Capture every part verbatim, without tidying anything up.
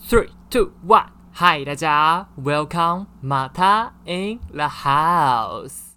three, two, one. Hi, 大家 ，Welcome Mata in the house.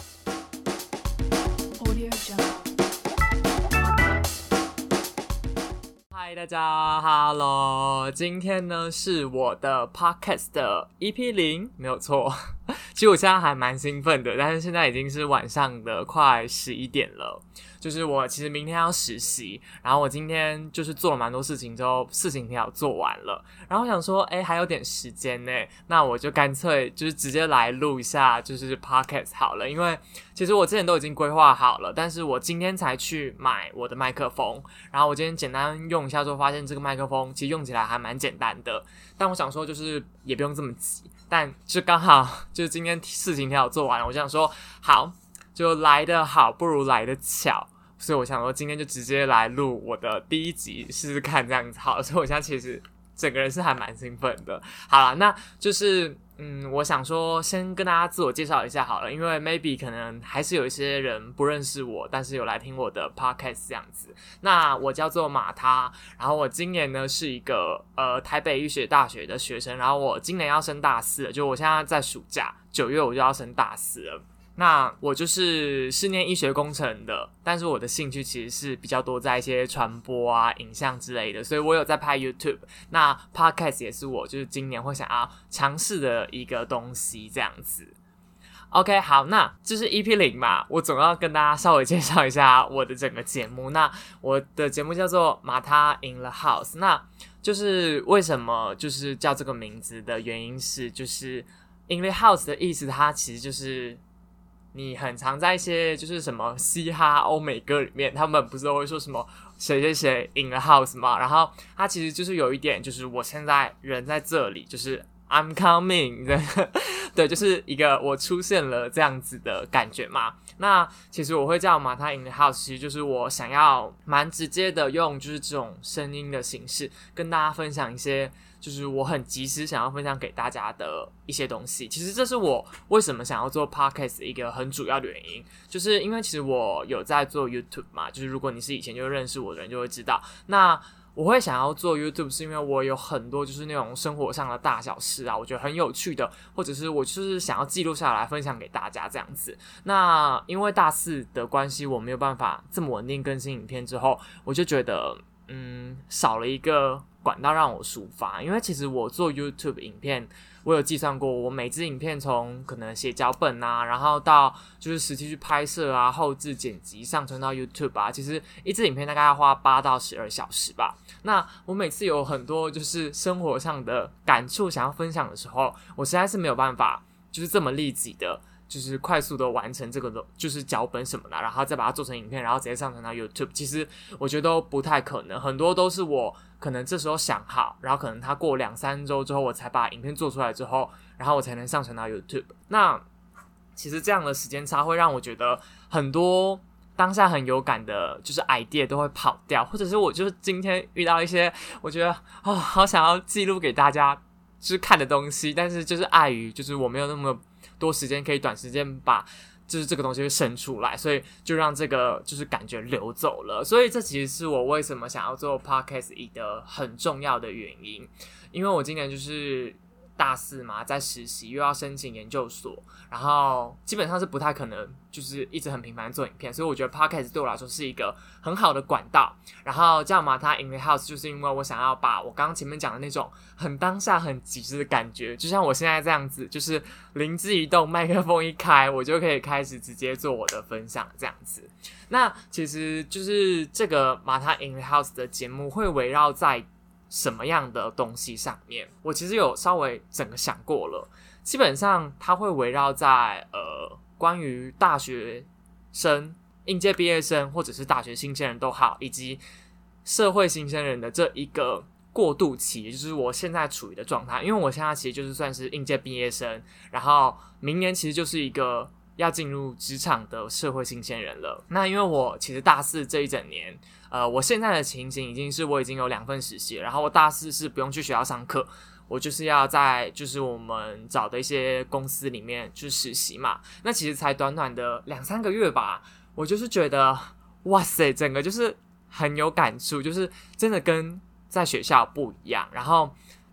Hi, 大家 ，Hello， 今天呢是我的 Podcast 的 E P 零，没有错。其实我现在还蛮兴奋的，但是现在已经是晚上的快十一点了。就是我其实明天要实习，然后我今天就是做了蛮多事情之后，事情也做完了，然后我想说，哎，还有点时间呢，那我就干脆就是直接来录一下，就是 podcast 好了，因为其实我之前都已经规划好了，但是我今天才去买我的麦克风，然后我今天简单用一下之后，发现这个麦克风其实用起来还蛮简单的，但我想说就是也不用这么急，但就刚好就是今天事情条做完了，我就想说好，就来得好不如来得巧。所以我想说今天就直接来录我的第一集试试看这样子好了，所以我现在其实整个人是还蛮兴奋的。好啦，那就是嗯，我想说先跟大家自我介绍一下好了，因为 maybe 可能还是有一些人不认识我，但是有来听我的 podcast 这样子。那我叫做马他，然后我今年呢是一个呃台北医学大学的学生，然后我今年要升大四了，就我现在在暑假九月我就要升大四了。那我就是是念医学工程的，但是我的兴趣其实是比较多在一些传播啊、影像之类的，所以我有在拍 YouTube。那 Podcast 也是我就是今年会想要尝试的一个东西，这样子。OK， 好，那这是 E P 零嘛，我总要跟大家稍微介绍一下我的整个节目。那我的节目叫做马他 in the house， 那就是为什么就是叫这个名字的原因是，就是 in the house 的意思，它其实就是你很常在一些就是什么嘻哈欧美歌里面，他们不是都会说什么谁谁谁 in the house 嘛？然后它其实就是有一点，就是我现在人在这里，就是 I'm coming 对，就是一个我出现了这样子的感觉嘛。那其实我会叫马他 in the house， 其实就是我想要蛮直接的用就是这种声音的形式跟大家分享一些就是我很及时想要分享给大家的一些东西。其实这是我为什么想要做 podcast 一个很主要的原因，就是因为其实我有在做 YouTube 嘛，就是如果你是以前就认识我的人就会知道，那我会想要做 YouTube 是因为我有很多就是那种生活上的大小事啊，我觉得很有趣的，或者是我就是想要记录下来分享给大家这样子。那因为大四的关系我没有办法这么稳定更新影片之后，我就觉得嗯少了一个管道让我抒发。因为其实我做 YouTube 影片，我有计算过，我每支影片从可能写脚本啊，然后到就是实际去拍摄啊、后制剪辑、上传到 YouTube 啊，其实一支影片大概要花八到十二小时吧。那我每次有很多就是生活上的感触想要分享的时候，我实在是没有办法就是这么立即的就是快速的完成这个就是脚本什么的，然后再把它做成影片，然后直接上传到 YouTube， 其实我觉得都不太可能，很多都是我可能这时候想好，然后可能它过两三周之后我才把影片做出来之后，然后我才能上传到 YouTube。 那其实这样的时间差会让我觉得很多当下很有感的就是 idea 都会跑掉，或者是我就是今天遇到一些我觉得哦好想要记录给大家就是看的东西，但是就是碍于就是我没有那么多时间可以短时间把就是这个东西会生出来，所以就让这个就是感觉流走了。所以这其实是我为什么想要做 podcast 一个很重要的原因，因为我今年就是大四嘛，在实习又要申请研究所，然后基本上是不太可能就是一直很频繁做影片，所以我觉得 podcast 对我来说是一个很好的管道。然后叫马他 in the house 就是因为我想要把我刚刚前面讲的那种很当下很及时的感觉，就像我现在这样子，就是灵机一动，麦克风一开我就可以开始直接做我的分享这样子。那其实就是这个马他 in the house 的节目会围绕在什么样的东西上面，我其实有稍微整个想过了，基本上它会围绕在呃关于大学生、应届毕业生或者是大学新鲜人都好，以及社会新鲜人的这一个过渡期，也就是我现在处于的状态。因为我现在其实就是算是应届毕业生，然后明年其实就是一个要进入职场的社会新鲜人了。那因为我其实大四这一整年呃，我现在的情形已经是我已经有两份实习了，然后我大四是不用去学校上课，我就是要在就是我们找的一些公司里面去实习嘛。那其实才短短的两三个月吧，我就是觉得哇塞，整个就是很有感触，就是真的跟在学校不一样。然后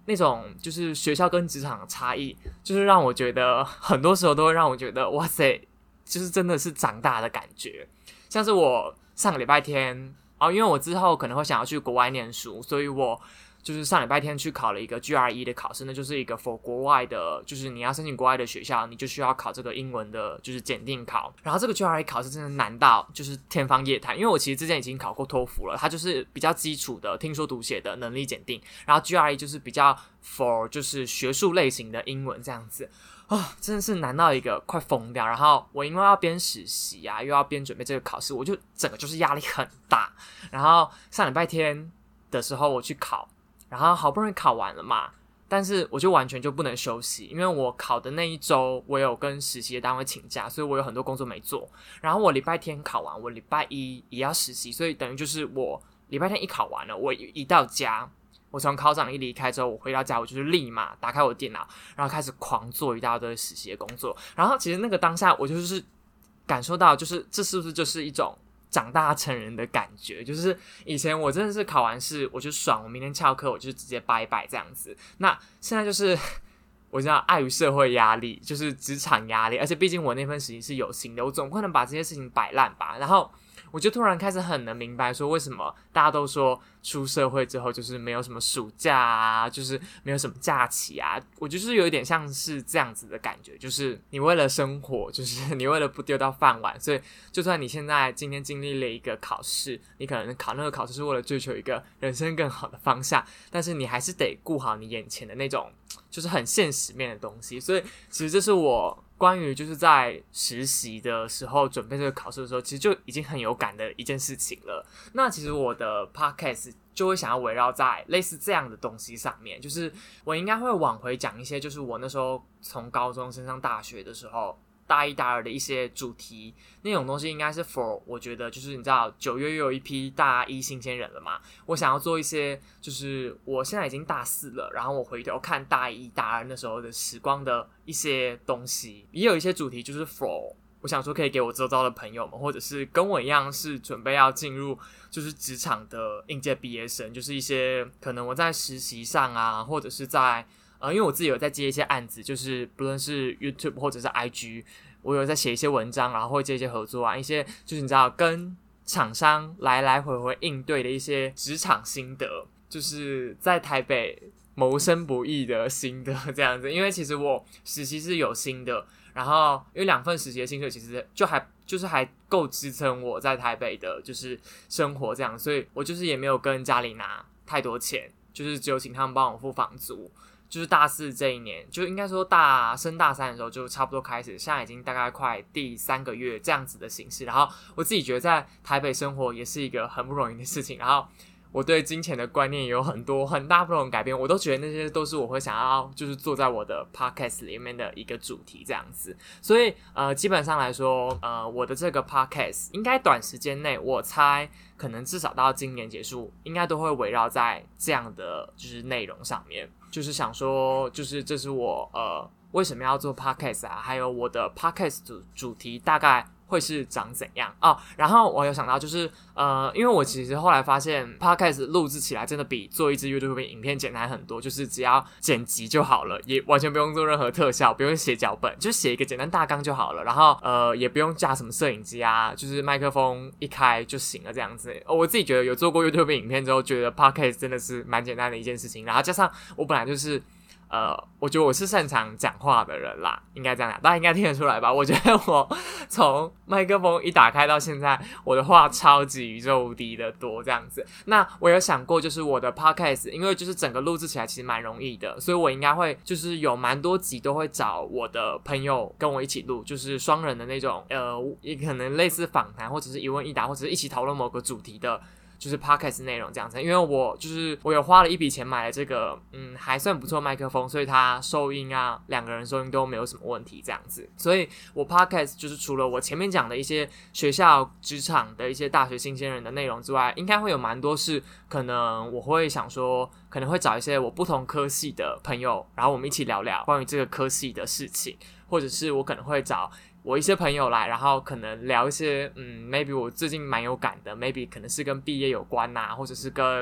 那种就是学校跟职场的差异，就是让我觉得很多时候都会让我觉得哇塞，就是真的是长大的感觉。像是我上个礼拜天哦，因为我之后可能会想要去国外念书，所以我就是上礼拜天去考了一个 G R E 的考试，那就是一个 for 国外的，就是你要申请国外的学校，你就需要考这个英文的，就是检定考。然后这个 G R E 考试真的难到就是天方夜谭，因为我其实之前已经考过托福了，它就是比较基础的听说读写的能力检定，然后 G R E 就是比较 for 就是学术类型的英文这样子。啊，真的是难到一个快疯掉。然后我因为要边实习啊，又要边准备这个考试，我就整个就是压力很大。然后上礼拜天的时候我去考，然后好不容易考完了嘛，但是我就完全就不能休息，因为我考的那一周我有跟实习的单位请假，所以我有很多工作没做。然后我礼拜天考完，我礼拜一也要实习，所以等于就是我礼拜天一考完了，我一到家。我从考场一离开之后，我回到家，我就是立马打开我的电脑，然后开始狂做一大堆实习的工作。然后其实那个当下，我就是感受到，就是这是不是就是一种长大成人的感觉？就是以前我真的是考完试我就爽，我明天翘课我就直接拜拜这样子。那现在就是我知道碍于社会压力，就是职场压力，而且毕竟我那份实习是有薪的，我总不可能把这些事情摆烂吧。然后我就突然开始很能明白说，为什么大家都说出社会之后就是没有什么暑假啊，就是没有什么假期啊。我就是有一点像是这样子的感觉，就是你为了生活，就是你为了不丢到饭碗，所以就算你现在今天经历了一个考试，你可能考那个考试是为了追求一个人生更好的方向，但是你还是得顾好你眼前的那种就是很现实面的东西。所以其实这是我关于就是在实习的时候准备这个考试的时候，其实就已经很有感的一件事情了。那其实我的 podcast 就会想要围绕在类似这样的东西上面，就是我应该会往回讲一些，就是我那时候从高中升上大学的时候，大一大二的一些主题，那种东西应该是 for 我觉得就是你知道九月又有一批大一新鲜人了嘛，我想要做一些就是我现在已经大四了，然后我回头看大一大二那时候的时光的一些东西，也有一些主题就是 for我想说可以给我周遭的朋友们，或者是跟我一样是准备要进入就是职场的应届毕业生，就是一些可能我在实习上啊，或者是在呃，因为我自己有在接一些案子，就是不论是 YouTube 或者是 I G， 我有在写一些文章，然后会接一些合作啊，一些就是你知道跟厂商来来回回应对的一些职场心得，就是在台北谋生不易的心得这样子。因为其实我实习是有薪的，然后因为两份实习的薪水其实就还就是还够支撑我在台北的就是生活这样，所以我就是也没有跟家里拿太多钱，就是只有请他们帮我付房租。就是大四这一年，就应该说大升大三的时候就差不多开始，现在已经大概快第三个月这样子的形式。然后我自己觉得在台北生活也是一个很不容易的事情，然后我对金钱的观念也有很多很大不同的改变，我都觉得那些都是我会想要就是做在我的 podcast 里面的一个主题这样子。所以呃，基本上来说，呃，我的这个 podcast 应该短时间内，我猜可能至少到今年结束，应该都会围绕在这样的就是内容上面。就是想说，就是这是我呃为什么要做 podcast 啊，还有我的 podcast 主主题大概会是长怎样哦。然后我有想到就是呃，因为我其实后来发现 podcast 录制起来真的比做一支 YouTube 影片简单很多，就是只要剪辑就好了，也完全不用做任何特效，不用写脚本，就写一个简单大纲就好了。然后呃也不用架什么摄影机啊，就是麦克风一开就行了这样子。哦，我自己觉得有做过 YouTube 影片之后，觉得 podcast 真的是蛮简单的一件事情。然后加上我本来就是呃，我觉得我是擅长讲话的人啦，应该这样讲，大家应该听得出来吧？我觉得我从麦克风一打开到现在，我的话超级宇宙无敌的多这样子。那我有想过，就是我的 podcast， 因为就是整个录制起来其实蛮容易的，所以我应该会就是有蛮多集都会找我的朋友跟我一起录，就是双人的那种，呃，也可能类似访谈或者是一问一答，或者是一起讨论某个主题的。就是 podcast 内容这样子，因为我就是我有花了一笔钱买了这个嗯还算不错麦克风，所以它收音啊两个人收音都没有什么问题这样子。所以我 podcast 就是除了我前面讲的一些学校职场的一些大学新鲜人的内容之外，应该会有蛮多是可能我会想说可能会找一些我不同科系的朋友，然后我们一起聊聊关于这个科系的事情，或者是我可能会找我一些朋友来，然后可能聊一些嗯 maybe 我最近蛮有感的 maybe 可能是跟毕业有关啊，或者是跟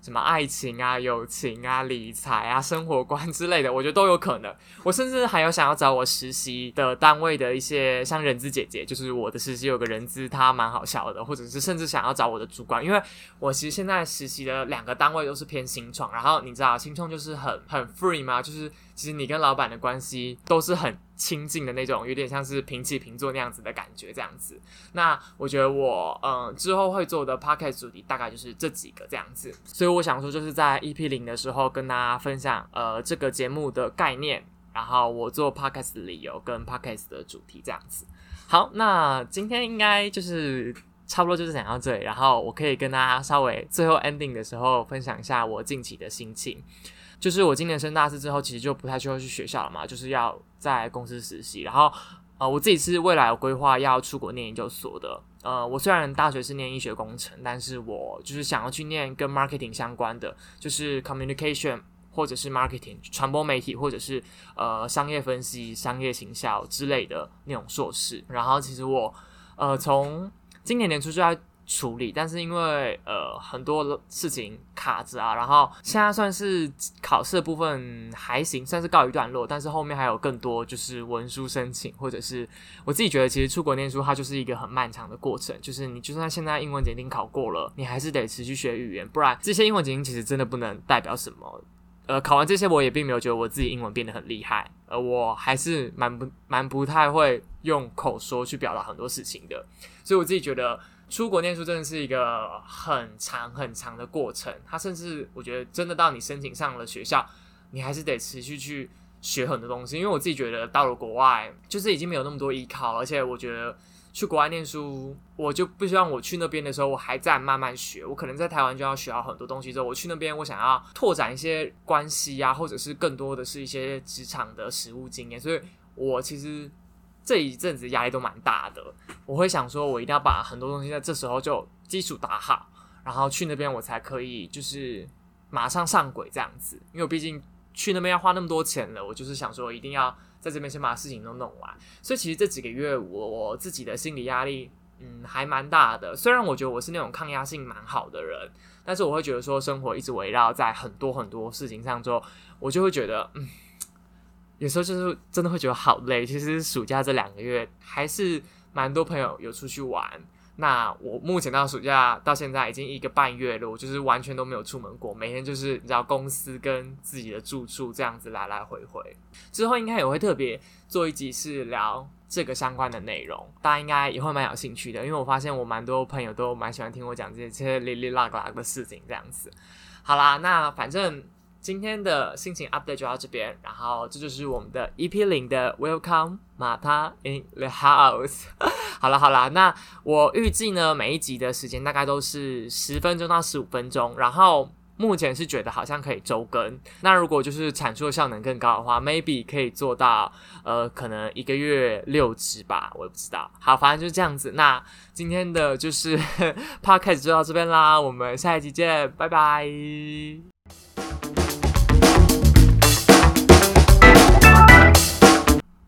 什么爱情啊、友情啊、理财啊、生活观之类的，我觉得都有可能。我甚至还有想要找我实习的单位的一些像人资姐姐，就是我的实习有个人资，她蛮好笑的，或者是甚至想要找我的主管，因为我其实现在实习的两个单位都是偏新创，然后你知道新创就是很很 free 嘛，就是其实你跟老板的关系都是很亲近的那种，有点像是平起平坐那样子的感觉这样子。那我觉得我嗯之后会做的 podcast 主题大概就是这几个这样子，所以我想说就是在 E P 零 的时候跟大家分享呃这个节目的概念，然后我做 podcast 的理由跟 podcast 的主题这样子。好，那今天应该就是差不多就是讲到这里，然后我可以跟大家稍微最后 ending 的时候分享一下我近期的心情。就是我今年升大四之后，其实就不太需要去学校了嘛，就是要在公司实习。然后，呃，我自己是未来有规划要出国念研究所的。呃，我虽然大学是念医学工程，但是我就是想要去念跟 marketing 相关的，就是 communication 或者是 marketing 传播媒体，或者是呃商业分析、商业行销之类的那种硕士。然后，其实我呃从今年年初就要处理，但是因为呃很多事情卡着啊，然后现在算是考试的部分还行，算是告一段落，但是后面还有更多就是文书申请，或者是我自己觉得其实出国念书它就是一个很漫长的过程，就是你就算现在英文检定考过了，你还是得持续学语言，不然这些英文检定其实真的不能代表什么。呃，考完这些我也并没有觉得我自己英文变得很厉害，呃，我还是蛮不蛮不太会用口说去表达很多事情的，所以我自己觉得出国念书真的是一个很长很长的过程，它甚至我觉得真的到你申请上了学校，你还是得持续去学很多东西，因为我自己觉得到了国外就是已经没有那么多依靠了，而且我觉得去国外念书，我就不希望我去那边的时候我还在慢慢学，我可能在台湾就要学到很多东西之后，我去那边我想要拓展一些关系啊，或者是更多的是一些职场的实务经验，所以我其实这一阵子压力都蛮大的，我会想说我一定要把很多东西在这时候就基础打好，然后去那边我才可以就是马上上轨这样子，因为我毕竟去那边要花那么多钱了，我就是想说一定要在这边先把事情都弄完，所以其实这几个月我我自己的心理压力嗯还蛮大的，虽然我觉得我是那种抗压性蛮好的人，但是我会觉得说生活一直围绕在很多很多事情上之后，我就会觉得嗯有时候就是真的会觉得好累。其实暑假这两个月还是蛮多朋友有出去玩，那我目前到暑假到现在已经一个半月了，我就是完全都没有出门过，每天就是你知道公司跟自己的住处这样子来来回回。之后应该也会特别做一集是聊这个相关的内容，大家应该也会蛮有兴趣的，因为我发现我蛮多朋友都蛮喜欢听我讲这些哩哩啦啦的事情这样子。好啦，那反正今天的心情 update 就到这边，然后这就是我们的 E P 零 的 Welcome Martha in the House 好啦好啦，那我预计呢每一集的时间大概都是十分钟到十五分钟，然后目前是觉得好像可以周更，那如果就是产出的效能更高的话 maybe 可以做到呃可能一个月六支吧，我也不知道。好，反正就是这样子，那今天的就是 podcast 就到这边啦，我们下一集见，拜拜。